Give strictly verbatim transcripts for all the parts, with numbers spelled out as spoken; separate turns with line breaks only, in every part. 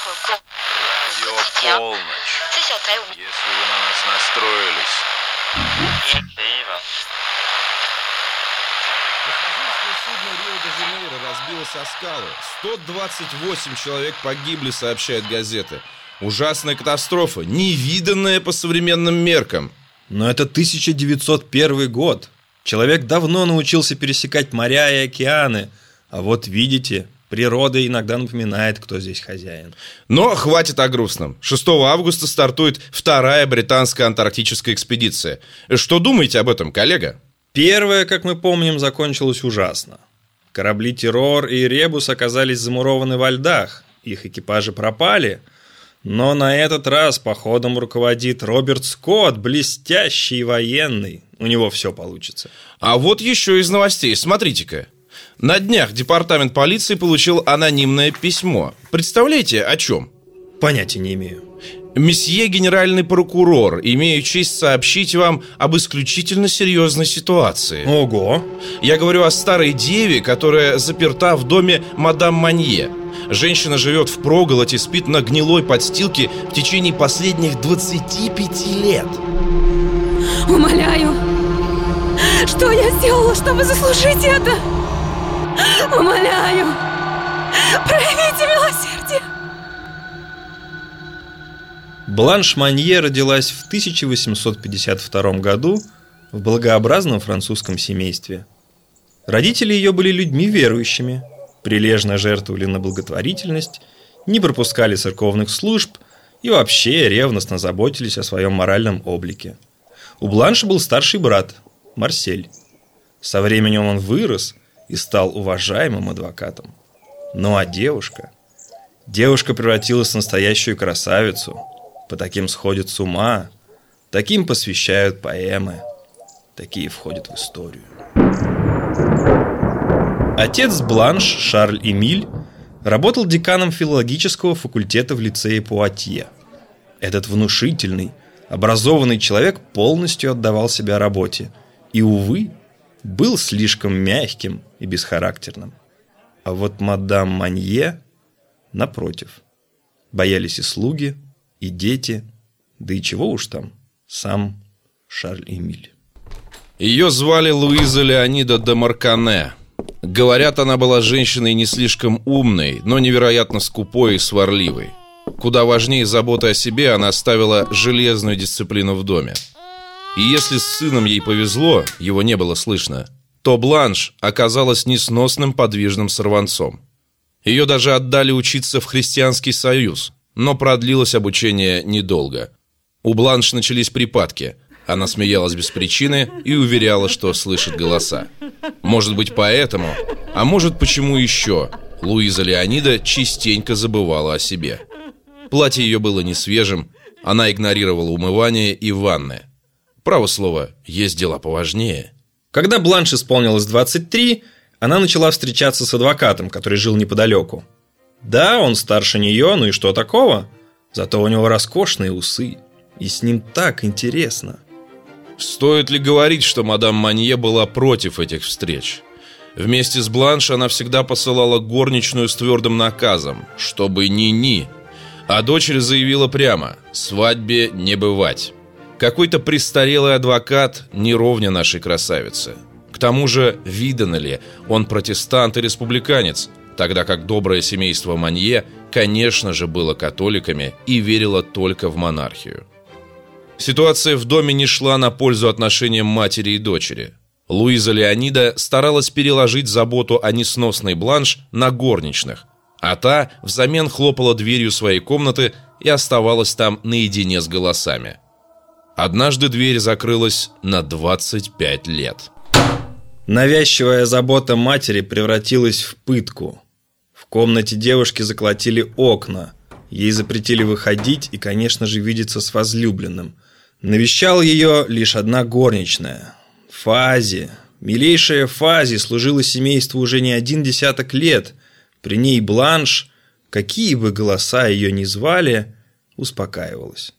Радио полночь. Если вы на нас настроились.
Пассажирское судно Рио-де-Жанейро разбилось о скалы. сто двадцать восемь человек погибли, сообщают газеты. Ужасная катастрофа, невиданная по современным меркам.
Но это тысяча девятьсот первый год. Человек давно научился пересекать моря и океаны. А вот видите, природа иногда напоминает, кто здесь хозяин.
Но хватит о грустном. шестого августа стартует вторая британская антарктическая экспедиция. Что думаете об этом, коллега?
Первая, как мы помним, закончилась ужасно. Корабли «Террор» и «Ребус» оказались замурованы во льдах. Их экипажи пропали. Но на этот раз походом руководит Роберт Скотт, блестящий военный. У него все получится.
А вот еще из новостей, смотрите-ка. На днях департамент полиции получил анонимное письмо. Представляете, о чем?
Понятия не имею.
Месье генеральный прокурор, имею честь сообщить вам об исключительно серьезной ситуации.
Ого!
Я говорю о старой деве, которая заперта в доме мадам Манье. Женщина живет впроголодь и спит на гнилой подстилке в течение последних двадцати пяти лет.
Умоляю, что я сделала, чтобы заслужить это? Умоляю, проявите милосердие.
Бланш Манье родилась в тысяча восемьсот пятьдесят втором году в благообразном французском семействе. Родители ее были людьми верующими, прилежно жертвовали на благотворительность, не пропускали церковных служб и вообще ревностно заботились о своем моральном облике. У Бланш был старший брат, Марсель. Со временем он вырос и стал уважаемым адвокатом. Ну а девушка... Девушка превратилась в настоящую красавицу. По таким сходят с ума, таким посвящают поэмы, такие входят в историю. Отец Бланш, Шарль Эмиль, работал деканом филологического факультета в лицее Пуатье. Этот внушительный, образованный человек полностью отдавал себя работе и, увы, был слишком мягким и бесхарактерным. А вот мадам Манье, напротив, боялись и слуги, и дети, да и чего уж там, сам Шарль Эмиль.
Ее звали Луиза Леонида де Маркане. Говорят, она была женщиной не слишком умной, но невероятно скупой и сварливой. Куда важнее заботы о себе, она ставила железную дисциплину в доме. И если с сыном ей повезло, его не было слышно, то Бланш оказалась несносным подвижным сорванцом. Ее даже отдали учиться в христианский союз, но продлилось обучение недолго. У Бланш начались припадки. Она смеялась без причины и уверяла, что слышит голоса. Может быть, поэтому, а может, почему еще, Луиза Леонида частенько забывала о себе. Платье ее было не свежим, она игнорировала умывание и ванны. Право слово, есть дела поважнее.
Когда Бланш исполнилось двадцать три, она начала встречаться с адвокатом, который жил неподалеку. Да, он старше нее, ну и что такого? Зато у него роскошные усы, и с ним так интересно.
Стоит ли говорить, что мадам Манье была против этих встреч? Вместе с Бланш она всегда посылала горничную с твердым наказом, чтобы ни-ни. А дочери заявила прямо: свадьбе не бывать. Какой-то престарелый адвокат не ровня нашей красавице. К тому же, видано ли, он протестант и республиканец, тогда как доброе семейство Манье, конечно же, было католиками и верило только в монархию. Ситуация в доме не шла на пользу отношениям матери и дочери. Луиза Леонида старалась переложить заботу о несносной Бланш на горничных, а та взамен хлопала дверью своей комнаты и оставалась там наедине с голосами. Однажды дверь закрылась на двадцать пять лет.
Навязчивая забота матери превратилась в пытку. В комнате девушки заколотили окна. Ей запретили выходить и, конечно же, видеться с возлюбленным. Навещала ее лишь одна горничная – Фази. Милейшая Фази служила семейству уже не один десяток лет. При ней Бланш, какие бы голоса ее ни звали, успокаивалась.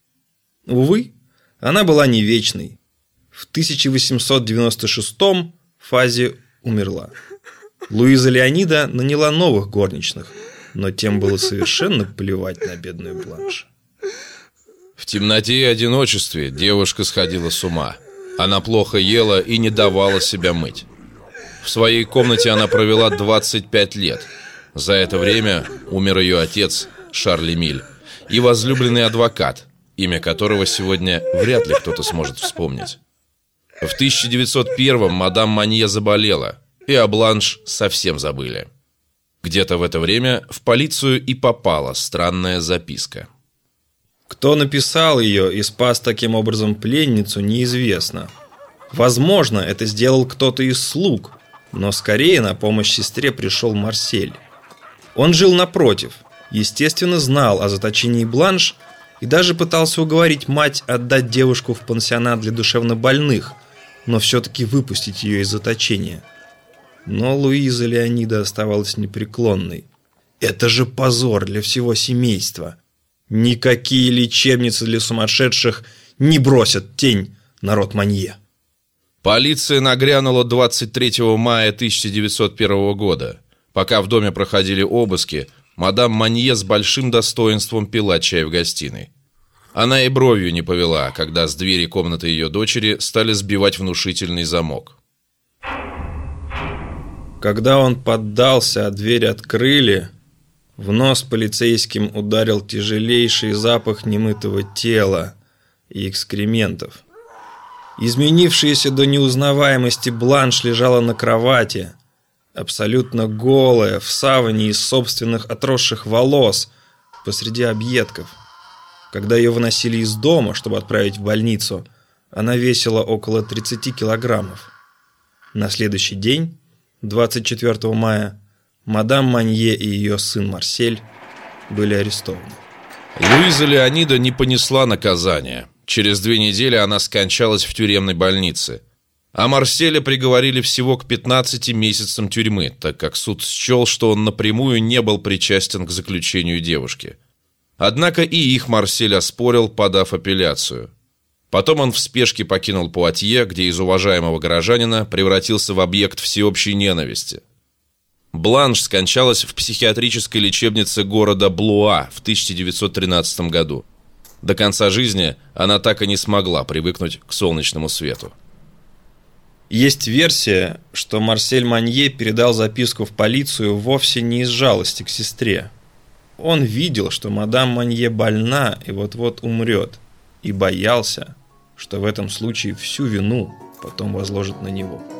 Увы, она была не вечной. В тысяча восемьсот девяносто шестом Фази умерла. Луиза Леонида наняла новых горничных. но тем было совершенно плевать на бедную Бланш.
В темноте и одиночестве девушка сходила с ума. Она плохо ела и не давала себя мыть. В своей комнате она провела двадцать пять лет. За это время умер ее отец, Шарль Эмиль, и возлюбленный адвокат, имя которого сегодня вряд ли кто-то сможет вспомнить. В тысяча девятьсот первом мадам Манье заболела, и о Бланш совсем забыли. Где-то в это время в полицию и попала странная записка.
Кто написал ее и спас таким образом пленницу, неизвестно. Возможно, это сделал кто-то из слуг, но скорее на помощь сестре пришел Марсель. Он жил напротив, естественно, знал о заточении Бланш и даже пытался уговорить мать отдать девушку в пансионат для душевнобольных, но все-таки выпустить ее из заточения. Но Луиза Леонида оставалась непреклонной. Это же позор для всего семейства. Никакие лечебницы для сумасшедших не бросят тень на род Манье.
Полиция нагрянула двадцать третьего мая тысяча девятьсот первого года. Пока в доме проходили обыски, мадам Манье с большим достоинством пила чай в гостиной. Она и бровью не повела, когда с двери комнаты ее дочери стали сбивать внушительный замок.
Когда он поддался, а дверь открыли, в нос полицейским ударил тяжелейший запах немытого тела и экскрементов. Изменившаяся до неузнаваемости Бланш лежала на кровати, абсолютно голая, в саване из собственных отросших волос, посреди объедков. Когда ее выносили из дома, чтобы отправить в больницу, она весила около тридцати килограммов. На следующий день, двадцать четвёртого мая, мадам Манье и ее сын Марсель были арестованы.
Луиза Леонида не понесла наказания. Через две недели она скончалась в тюремной больнице. А Марселя приговорили всего к пятнадцати месяцам тюрьмы, так как суд счел, что он напрямую не был причастен к заключению девушки. Однако и их Марсель оспорил, подав апелляцию. Потом он в спешке покинул Пуатье, где из уважаемого горожанина превратился в объект всеобщей ненависти. Бланш скончалась в психиатрической лечебнице города Блуа в тысяча девятьсот тринадцатом году. До конца жизни она так и не смогла привыкнуть к солнечному свету.
Есть версия, что Марсель Манье передал записку в полицию вовсе не из жалости к сестре. Он видел, что мадам Манье больна и вот-вот умрет, и боялся, что в этом случае всю вину потом возложат на него.